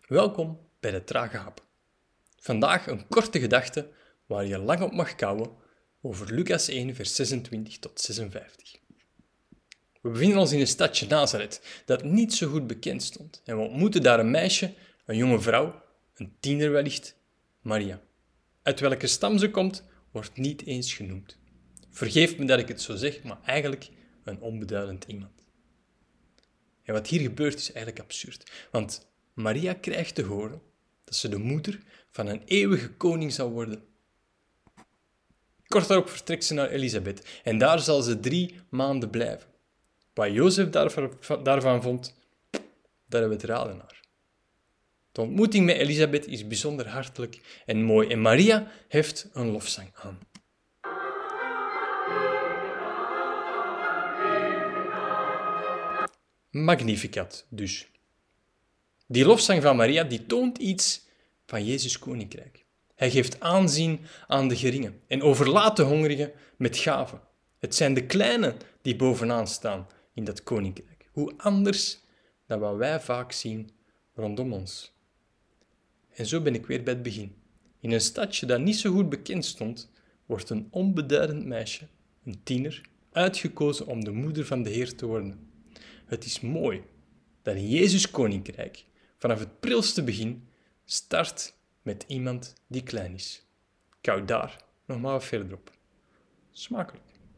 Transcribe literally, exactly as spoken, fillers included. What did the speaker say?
Welkom bij de Trage Hap. Vandaag een korte gedachte waar je lang op mag kouwen over Lucas één, vers zesentwintig tot zesenvijftig. We bevinden ons in een stadje Nazareth dat niet zo goed bekend stond en we ontmoeten daar een meisje, een jonge vrouw, een tiener wellicht, Maria. Uit welke stam ze komt, wordt niet eens genoemd. Vergeef me dat ik het zo zeg, maar eigenlijk een onbeduidend iemand. En wat hier gebeurt is eigenlijk absurd, want Maria krijgt te horen dat ze de moeder van een eeuwige koning zal worden. Kort daarop vertrekt ze naar Elisabeth en daar zal ze drie maanden blijven. Wat Jozef daarvan, daarvan vond, daar hebben we het raden naar. De ontmoeting met Elisabeth is bijzonder hartelijk en mooi en Maria heeft een lofzang aan. Magnificat dus. Die lofzang van Maria die toont iets van Jezus' koninkrijk. Hij geeft aanzien aan de geringen en overlaat de hongerigen met gaven. Het zijn de kleinen die bovenaan staan in dat koninkrijk. Hoe anders dan wat wij vaak zien rondom ons. En zo ben ik weer bij het begin. In een stadje dat niet zo goed bekend stond, wordt een onbeduidend meisje, een tiener, uitgekozen om de moeder van de Heer te worden. Het is mooi dat in Jezus' koninkrijk vanaf het prilste begin start met iemand die klein is. Kou daar nog maar wat verder op. Smakelijk.